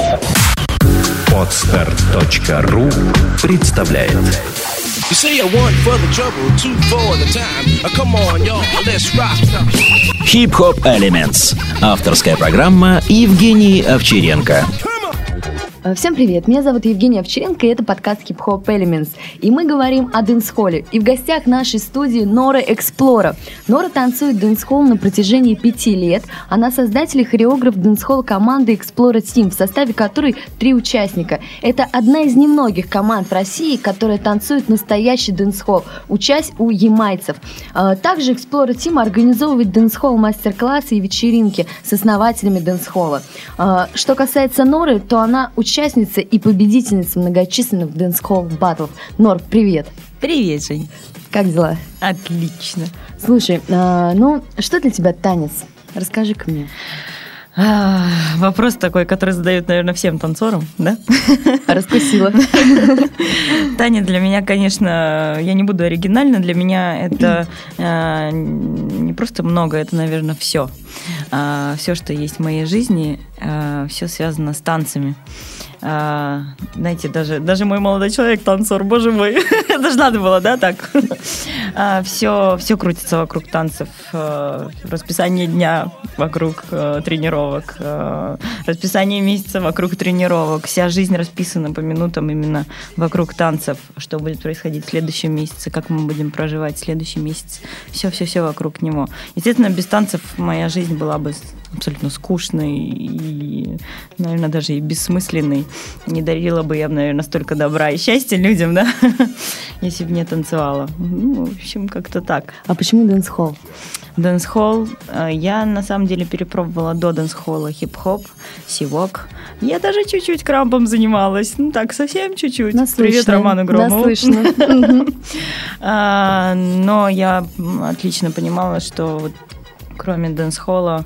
Podster.ru представляет. You say one for the trouble, two for the time. Come on, y'all, let's rock. Hip Hop Elements. Авторская программа Евгений Овчаренко. Всем привет, меня зовут Евгения Овчаренко, и это подкаст Hip Hop Elements. И мы говорим о дэнс-холле. И в гостях нашей студии Нора Эксплора. Нора танцует дэнс-холл на протяжении 5 лет. Она создатель и хореограф дэнс-холл команды Explora Team, в составе которой 3 участника. Это одна из немногих команд в России, которая танцует настоящий дэнс-холл, учась у ямайцев. Также Explora Team организовывает дэнс-холл мастер-классы и вечеринки с основателями дэнс-холла. Что касается Норы, то она участница и победительница многочисленных дэнс-холл баттлов. Нор, привет. Привет, Жень. Как дела? Отлично. Слушай, что для тебя танец? Расскажи-ка мне. Вопрос такой, который задают, наверное, всем танцорам, да? Раскусила. Танец для меня, конечно, я не буду оригинальна, для меня это не просто много, это, наверное, все. Все, что есть в моей жизни, все связано с танцами. Знаете, даже мой молодой человек танцор, боже мой, это же надо было, да, так? Все крутится вокруг танцев, расписание дня вокруг тренировок, расписание месяца вокруг тренировок, вся жизнь расписана по минутам именно вокруг танцев, что будет происходить в следующем месяце, как мы будем проживать в следующем месяце, все вокруг него. Естественно, без танцев моя жизнь была бы абсолютно скучной и, наверное, даже и бессмысленной. Не дарила бы я, наверное, столько добра и счастья людям, да, если бы не танцевала. В общем, как-то так. А почему дэнс-холл? Дэнс-холл. Я, на самом деле, перепробовала до дэнс-холла хип-хоп, сивок. Я даже чуть-чуть крампом занималась. Так, совсем чуть-чуть. Наслышно. Привет Роману Громову. Наслышно. Но я отлично понимала, что кроме дэнс-холла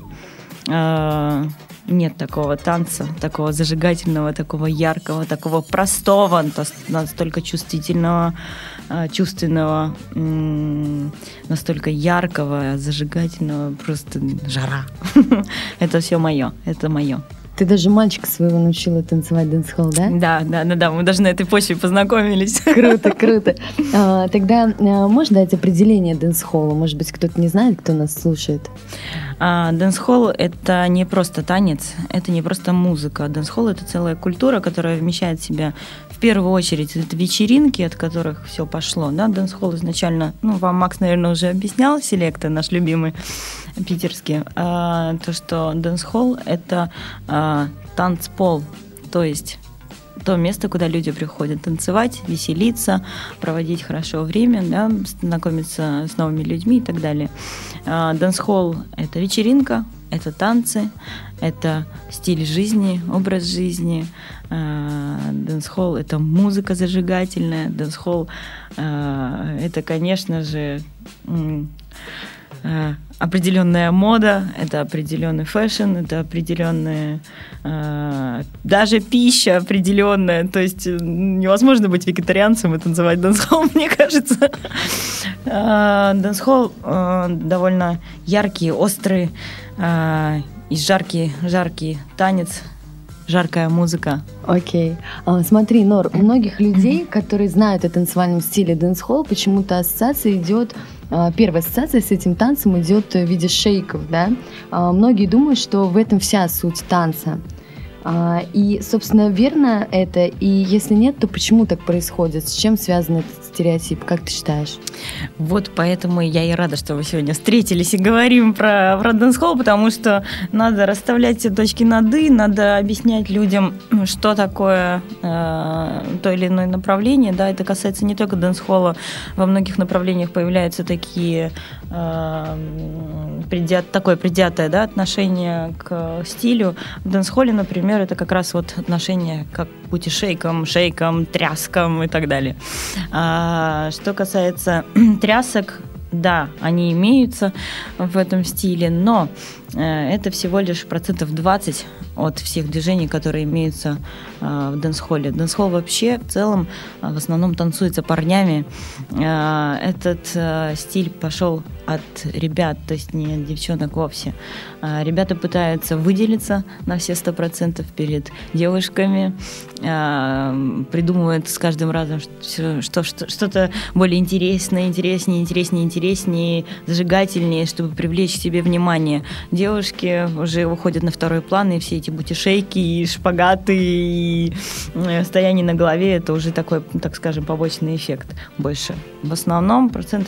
нет такого танца, такого зажигательного, такого яркого, такого простого, настолько чувствительного, чувственного, настолько яркого, зажигательного, просто жара. Это все мое, это мое. Ты даже мальчика своего научила танцевать дэнс-холл, да? Да, мы даже на этой почве познакомились. Круто. Тогда можешь дать определение дэнс-холла? Может быть, кто-то не знает, кто нас слушает? Дэнс-холл — это не просто танец, это не просто музыка. Дэнс-холл — это целая культура, которая вмещает в себя, в первую очередь, это вечеринки, от которых все пошло. Да? Дэнс-холл изначально, вам Макс, наверное, уже объяснял, Селекта, наш любимый, питерский, то, что дэнс-холл — это танцпол, то есть то место, куда люди приходят танцевать, веселиться, проводить хорошо время, да, знакомиться с новыми людьми и так далее. Дэнс-холл — это вечеринка, это танцы, это стиль жизни, образ жизни. Дэнс-холл — это музыка зажигательная. Дэнс-холл — это, конечно же, определенная мода, это определенный фэшн, это определенная даже пища определенная. То есть невозможно быть вегетарианцем и танцевать дэнс-холл, мне кажется. Дэнс-холл довольно яркий, острый и жаркий танец, жаркая музыка. Окей. Смотри, Нор, у многих людей, которые знают о танцевальном стиле дэнс-холл, почему-то первая ассоциация с этим танцем идет в виде шейков, да? Многие думают, что в этом вся суть танца. И, собственно, верно это? И если нет, то почему так происходит? С чем связан этот стереотип? Как ты считаешь? Вот поэтому я и рада, что мы сегодня встретились и говорим про дэнс-холл, потому что надо расставлять все точки над «и», надо объяснять людям, что такое то или иное направление. Да, это касается не только дэнс-холла. Во многих направлениях появляются такие такое предвзятое, да, отношение к стилю. В дэнс-холле, например, это как раз отношение как к бутишейкам, шейкам, тряскам и так далее. Что касается трясок, Да, они имеются в этом стиле, но это всего лишь 20% от всех движений, которые имеются в дэнс-холле. Дэнс-холл вообще в целом в основном танцуется парнями. Этот стиль пошел от ребят, то есть не от девчонок вовсе. Ребята пытаются выделиться на все 100% перед девушками, придумывают с каждым разом что-то более интереснее, зажигательнее, чтобы привлечь к себе внимание. Девушки уже уходят на второй план, и все эти бутишейки, и шпагаты, и стояние на голове — это уже такой, так скажем, побочный эффект больше. В основном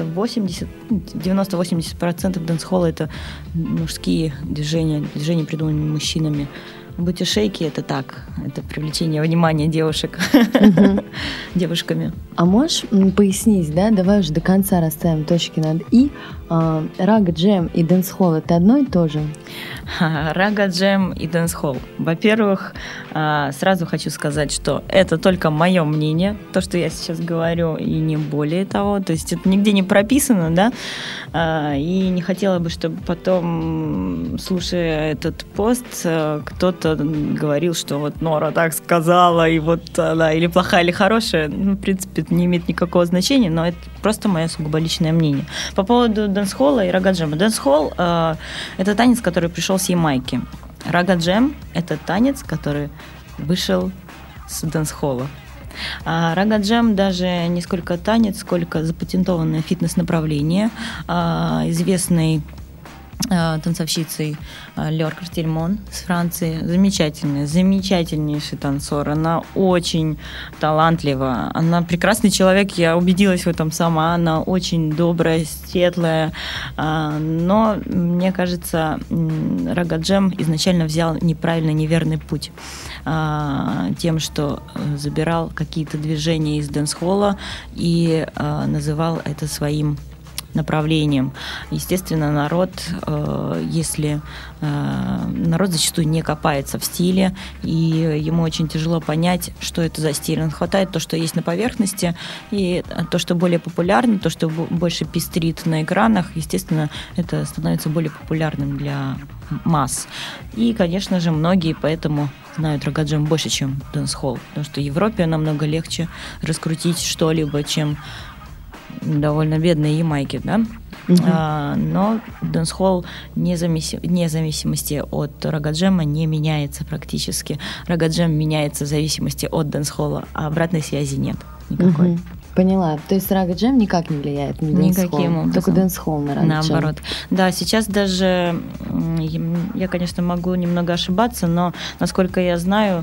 90-80% дэнс-холла — это мужские движения придуманные мужчинами. Бутишейки — это так, это привлечение внимания девушек девушками. А можешь пояснить, да, давай уже до конца расставим точки над «и». Рага-джем и дэнс-холл — это одно и то же? Рага-джем и дэнс-холл. Во-первых, сразу хочу сказать, что это только мое мнение, то, что я сейчас говорю, и не более того. То есть это нигде не прописано, да, и не хотела бы, чтобы потом, слушая этот пост, кто-то говорил, что вот Нора так сказала, и вот она или плохая, или хорошая. Ну, в принципе, это не имеет никакого значения, но это просто мое сугубо личное мнение. По поводу дэнс-холла и рага-джема. Дэнс-холл — это танец, который пришел с Ямайки. Рага-джем — это танец, который вышел с дэнс-холла. А рага-джем даже не сколько танец, сколько запатентованное фитнес-направление известной танцовщицей Лёр Картельмон с Франции. Замечательнейший танцор. Она очень талантлива. Она прекрасный человек, я убедилась в этом сама. Она очень добрая, светлая. Но, мне кажется, рага-джем изначально взял неверный путь. Тем, что забирал какие-то движения из дэнс-холла и называл это своим направлением. Естественно, народ зачастую не копается в стиле, и ему очень тяжело понять, что это за стиль. Он хватает то, что есть на поверхности, и то, что более популярно, то, что больше пестрит на экранах, естественно, это становится более популярным для масс. И, конечно же, многие поэтому знают рага-джем больше, чем дэнс-холл, потому что в Европе намного легче раскрутить что-либо, чем довольно бедные Ямайки, да? Но дэнс-холл вне зависимости от рага-джема не меняется практически. Рага-джем меняется в зависимости от дэнс-холла, а обратной связи нет никакой. Поняла. То есть рага-джем никак не влияет на дэнс-холл? Никаким образом. Только дэнс-холл на рага-джем? Наоборот. Да, сейчас даже, я, конечно, могу немного ошибаться, но, насколько я знаю,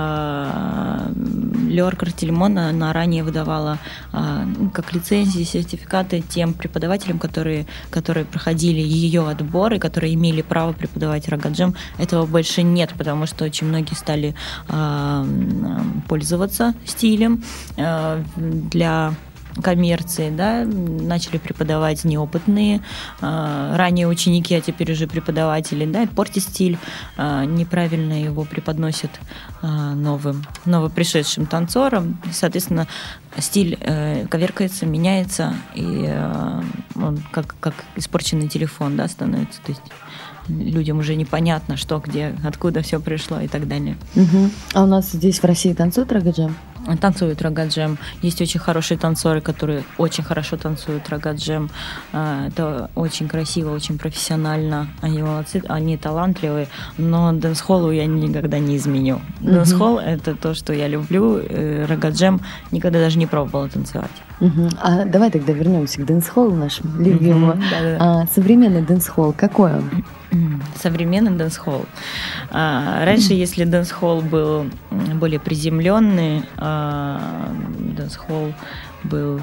Лёр Картельмон, она ранее выдавала как лицензии, сертификаты тем преподавателям, которые проходили ее отбор и которые имели право преподавать рага-джем. Этого больше нет, потому что очень многие стали пользоваться стилем для коммерции, да, начали преподавать неопытные, ранее ученики, а теперь уже преподаватели, да, портят стиль, неправильно его преподносят новопришедшим танцорам. Соответственно, стиль коверкается, меняется, и он как испорченный телефон, да, становится. То есть людям уже непонятно, что, где, откуда все пришло и так далее. А у нас здесь в России танцуют рага-джем? Танцуют рага-джем. Есть очень хорошие танцоры, которые очень хорошо танцуют рага-джем. Это очень красиво, очень профессионально. Они молодцы, они талантливые, но дэнс-холлу я никогда не изменю. Дэнс-холл — это то, что я люблю. Рага-джем никогда даже не пробовала танцевать. А давай тогда вернемся к дэнс-холлу нашему любимому. Современный дэнс-холл, какой он? Современный дэнс-холл. Раньше, если дэнс-холл был более приземленный, дэнс-холл был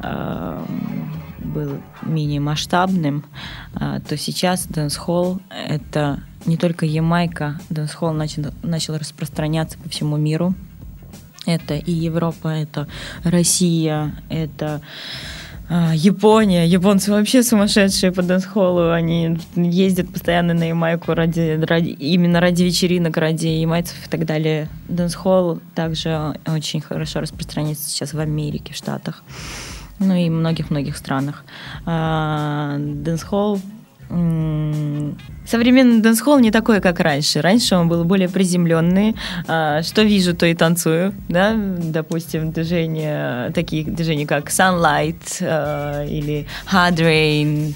менее масштабным, то сейчас дэнс-холл — это не только Ямайка. Дэнс-холл начал распространяться по всему миру. Это и Европа, это Россия, это Япония. Японцы вообще сумасшедшие по дэнс-холлу. Они ездят постоянно на Ямайку именно ради вечеринок, ради ямайцев и так далее. Дэнс-холл также очень хорошо распространяется сейчас в Америке, в Штатах. ну и многих-многих странах. Дэнс-холл, современный дэнс-холл не такой, как раньше. Раньше он был более приземленный. Что вижу, то и танцую. Да? Допустим, такие движения, как Sunlight или Hard Rain,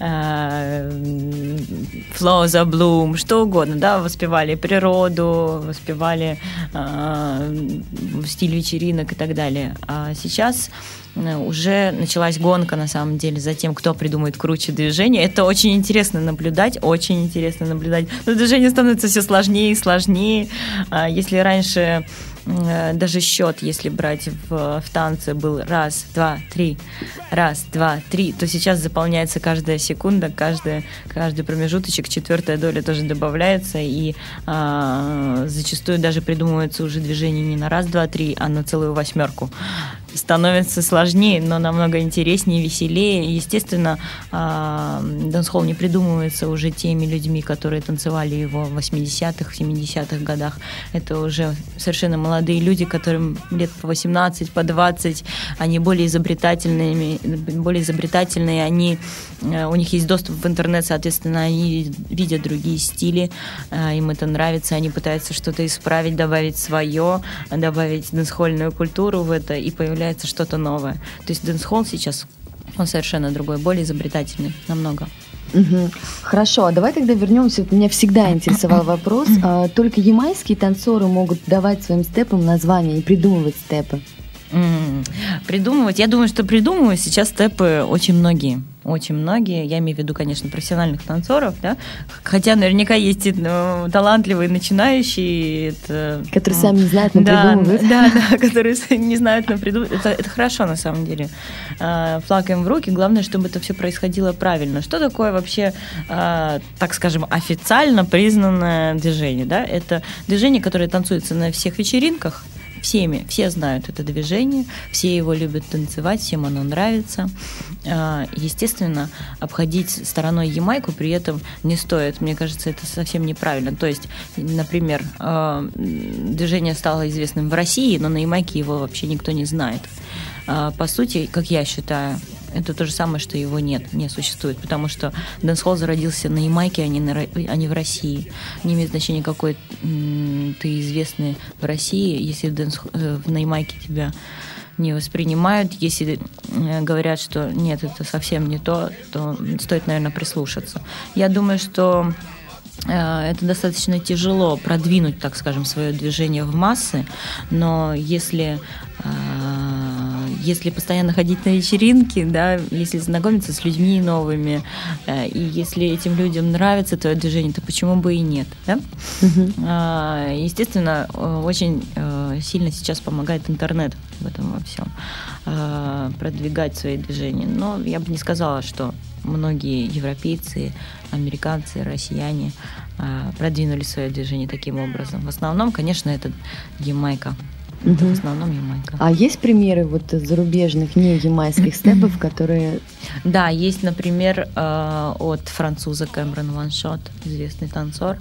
Flows of Bloom, что угодно. Да? Воспевали природу, воспевали стиль вечеринок и так далее. А сейчас уже началась гонка, на самом деле, за тем, кто придумает круче движение. Это очень интересно наблюдать, очень интересно наблюдать. Но движение становится все сложнее и сложнее. Если раньше даже счет, если брать в танце, был раз, два, три, то сейчас заполняется каждая секунда, каждый промежуточек, четвертая доля тоже добавляется, и зачастую даже придумываются уже движения не на раз, два, три, а на целую восьмерку. Становится сложнее, но намного интереснее, веселее. Естественно, дэнс-холл не придумывается уже теми людьми, которые танцевали его в 80-х, 70-х годах. Это уже совершенно молодые люди, которым лет по 18, по 20. Они более изобретательные, у них есть доступ в интернет, соответственно, они видят другие стили, им это нравится, они пытаются что-то исправить, добавить свое, добавить дэнс-холльную культуру в это, и появляется что-то новое. То есть дэнс-холл сейчас, он совершенно другой, более изобретательный, намного. Угу. Хорошо, а давай тогда вернемся. Вот меня всегда интересовал вопрос. Только ямайские танцоры могут давать своим степам названия и придумывать степы? Придумывать? Я думаю, что придумывают сейчас степы очень многие. Очень многие, я имею в виду, конечно, профессиональных танцоров, да? Хотя наверняка есть и талантливые начинающие, которые сами не знают, но придумывают. Да, которые не знают, но придумывают. Это хорошо, на самом деле. Флаг им в руки, главное, чтобы это все происходило правильно. Что такое вообще, так скажем, официально признанное движение? Да? Это движение, которое танцуется на всех вечеринках, все знают это движение, все его любят танцевать, всем оно нравится. Естественно, обходить стороной Ямайку при этом не стоит. Мне кажется, это совсем неправильно. То есть, например, движение стало известным в России, но на Ямайке его вообще никто не знает. По сути, как я считаю, это то же самое, что его не существует, потому что дэнс-холл зародился на Ямайке, а не в России. Не имеет значения, какой ты известный в России, если на Ямайке тебя не воспринимают, если говорят, что нет, это совсем не то стоит, наверное, прислушаться. Я думаю, что это достаточно тяжело продвинуть, так скажем, свое движение в массы, но если постоянно ходить на вечеринки, да, если знакомиться с людьми новыми, и если этим людям нравится твое движение, то почему бы и нет, да? Естественно, очень сильно сейчас помогает интернет в этом во всем, продвигать свои движения. Но я бы не сказала, что многие европейцы, американцы, россияне продвинули свое движение таким образом. В основном, конечно, это Ямайка. Это в основном Ямайка. А есть примеры вот зарубежных, не ямайских степов, которые... Да, есть, например, от француза Кэмерон Ваншот, известный танцор.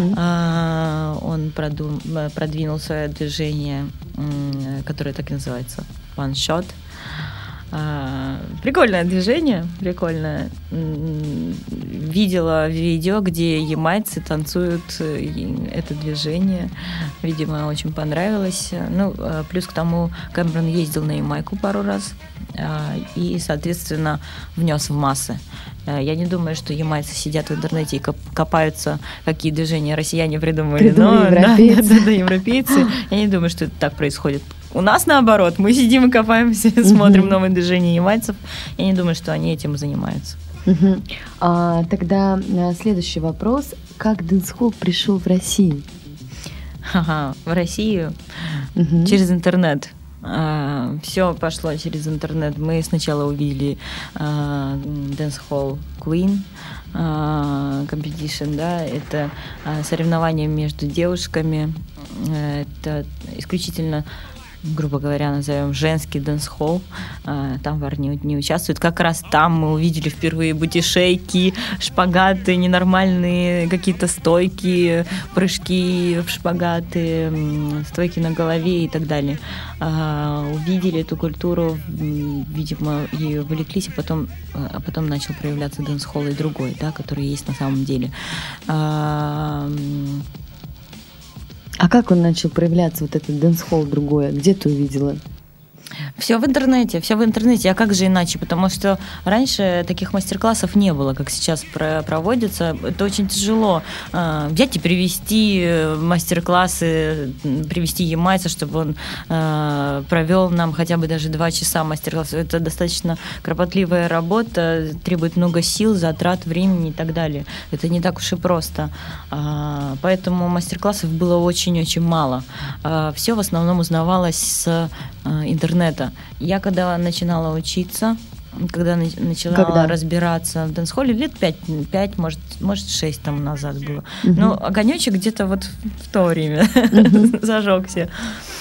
Он продвинул свое движение, которое так и называется, Ваншот. Прикольное движение, прикольное. Видела видео, где ямайцы танцуют это движение. Видимо, очень понравилось. Ну, плюс к тому, Кэмерон ездил на Ямайку пару раз и, соответственно, внес в массы. Я не думаю, что ямайцы сидят в интернете и копаются, какие движения россияне придумали. Европейцы. Я не думаю, что это так происходит. У нас наоборот, мы сидим и копаемся, смотрим новые движения ямайцев. Я не думаю, что они этим занимаются. Тогда следующий вопрос. Как дэнс-холл пришел в Россию? В Россию через интернет. Все пошло через интернет. Мы сначала увидели Dancehall Queen Competition, да, это соревнования между девушками. Это исключительно грубо говоря, назовем женский дэнс-холл. Там парни не участвуют. Как раз там мы увидели впервые бутишейки, шпагаты, ненормальные какие-то стойки, прыжки в шпагаты, стойки на голове и так далее. Увидели эту культуру, видимо, и увлеклись, а потом начал проявляться дэнс-холл и другой, да, который есть на самом деле. А как он начал проявляться, вот этот дэнс-холл другое? Где ты увидела? Все в интернете. А как же иначе? Потому что раньше таких мастер-классов не было, как сейчас проводятся. Это очень тяжело взять и привести мастер-классы, привести ямайца, чтобы он провел нам хотя бы даже 2 часа мастер-класса. Это достаточно кропотливая работа, требует много сил, затрат, времени и так далее. Это не так уж и просто. Поэтому мастер-классов было очень-очень мало. Все в основном узнавалось с интернета. Я когда начинала учиться, когда начала разбираться в дэнс-холле, лет 5, может 6 тому назад было. Но огонечек где-то вот в то время зажегся.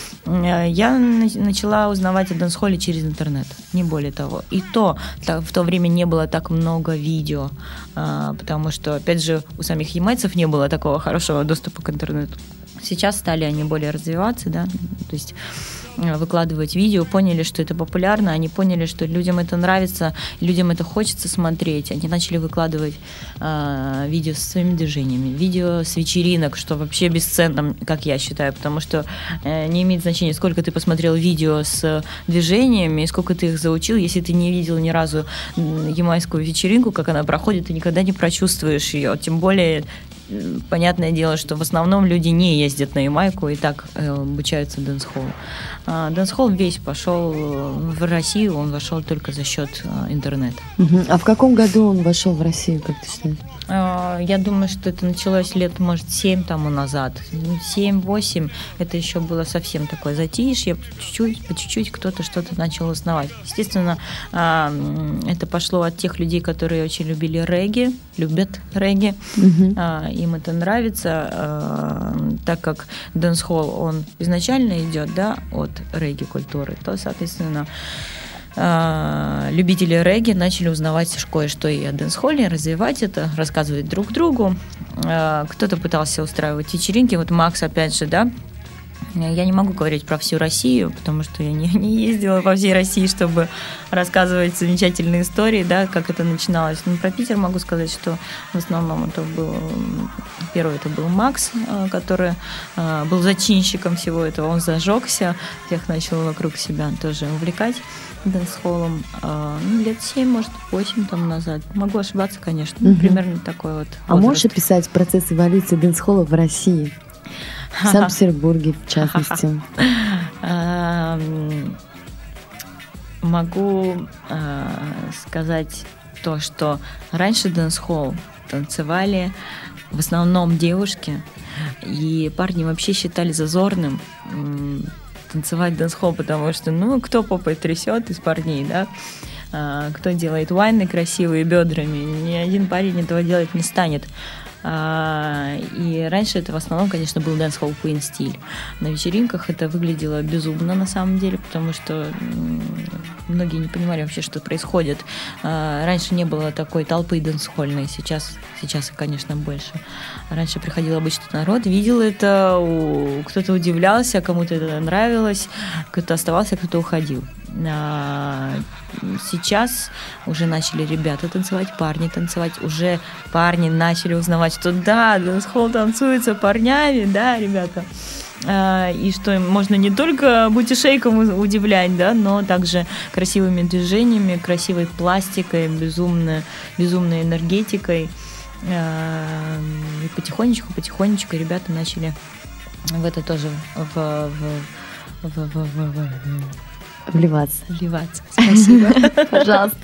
Я начала узнавать о дэнс-холле через интернет, не более того. И в то время не было так много видео, потому что, опять же, у самих ямайцев не было такого хорошего доступа к интернету. Сейчас стали они более развиваться, да, то есть выкладывать видео, поняли, что это популярно, они поняли, что людям это нравится, людям это хочется смотреть. Они начали выкладывать видео со своими движениями, видео с вечеринок, что вообще бесценно, как я считаю, потому что не имеет значения, сколько ты посмотрел видео с движениями, сколько ты их заучил, если ты не видел ни разу ямайскую вечеринку, как она проходит, ты никогда не прочувствуешь ее, тем более. Понятное дело, что в основном люди не ездят на Ямайку и так обучаются дэнс-холлу. Дэнс-холл весь пошел в Россию, он вошел только за счет интернета. А в каком году он вошел в Россию, как ты считаешь? Я думаю, что это началось лет, может, 7 тому назад. 7-8. Это еще было совсем такое затишье. По чуть-чуть кто-то что-то начал узнавать. Естественно, это пошло от тех людей, которые очень любят регги. Им это нравится. Так как дэнс-холл, он изначально идет, да, от регги-культуры, то, соответственно, любители регги начали узнавать кое-что и о дэнс-холле, развивать это, рассказывать друг другу. Кто-то пытался устраивать вечеринки. Вот Макс, опять же, да, я не могу говорить про всю Россию, потому что я не ездила по всей России, чтобы рассказывать замечательные истории, да, как это начиналось. Но про Питер могу сказать, что в основном это был Макс, который был зачинщиком всего этого. Он зажегся, всех начал вокруг себя тоже увлекать дэнс-холлом. Лет 7, может, 8 тому назад. Могу ошибаться, конечно. Примерно такой вот возраст. А можешь описать процесс эволюции дэнс-холла в России? В Санкт-Петербурге, в частности. Могу сказать то, что раньше дэнс-холл танцевали в основном девушки, и парни вообще считали зазорным танцевать дэнс-холл, потому что, кто попой трясет из парней, да, кто делает вайны красивые бедрами, ни один парень этого делать не станет. И раньше это в основном, конечно, был dancehall queen стиль. На вечеринках это выглядело безумно на самом деле, потому что многие не понимали вообще, что происходит. Раньше не было такой толпы дэнсхольной, сейчас, конечно, больше. Раньше приходил обычный народ, видел это, кто-то удивлялся, кому-то это нравилось, кто-то оставался, кто-то уходил. Сейчас уже начали ребята танцевать, парни танцевать, уже парни начали узнавать, что да, дэнсхолл танцуется парнями, да, ребята. И что можно не только бутишейком удивлять, да, но также красивыми движениями, красивой пластикой, безумной энергетикой. И потихонечку ребята начали в это тоже вливаться. Спасибо. Пожалуйста.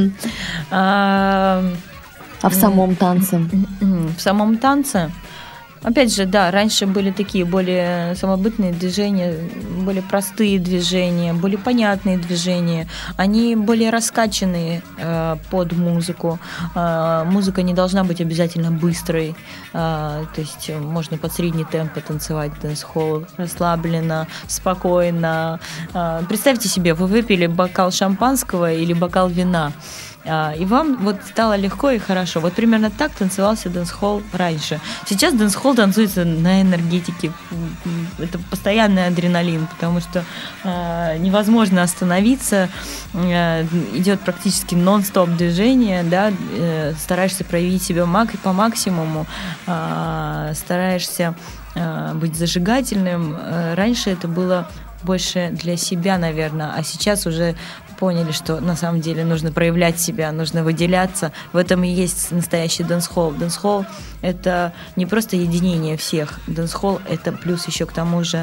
А в самом танце? В самом танце Опять же, да, раньше были такие более самобытные движения, более простые движения, более понятные движения. Они более раскачанные под музыку. Музыка не должна быть обязательно быстрой. То есть можно под средний темп танцевать дэнс-холл расслабленно, спокойно. Представьте себе, вы выпили бокал шампанского или бокал вина, и вам вот стало легко и хорошо. Вот примерно так танцевался дэнс-холл раньше. Сейчас дэнс-холл танцуется на энергетике. Это постоянный адреналин, потому что невозможно остановиться. Идет практически нон-стоп движение, да? Стараешься проявить себя по максимуму, стараешься быть зажигательным. Раньше это было больше для себя, наверное, а сейчас уже поняли, что на самом деле нужно проявлять себя, нужно выделяться. В этом и есть настоящий дэнс-холл. Дэнс-холл — это не просто единение всех. Дэнс-холл — это плюс еще к тому же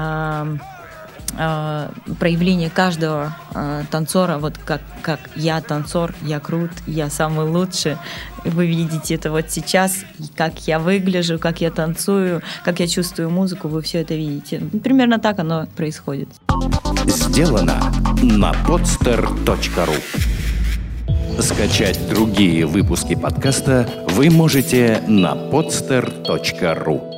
проявление каждого танцора, вот как я танцор, я крут, я самый лучший. Вы видите это вот сейчас, как я выгляжу, как я танцую, как я чувствую музыку, вы все это видите. Примерно так оно происходит. Сделано на podster.ru. Скачать другие выпуски подкаста вы можете на podster.ru.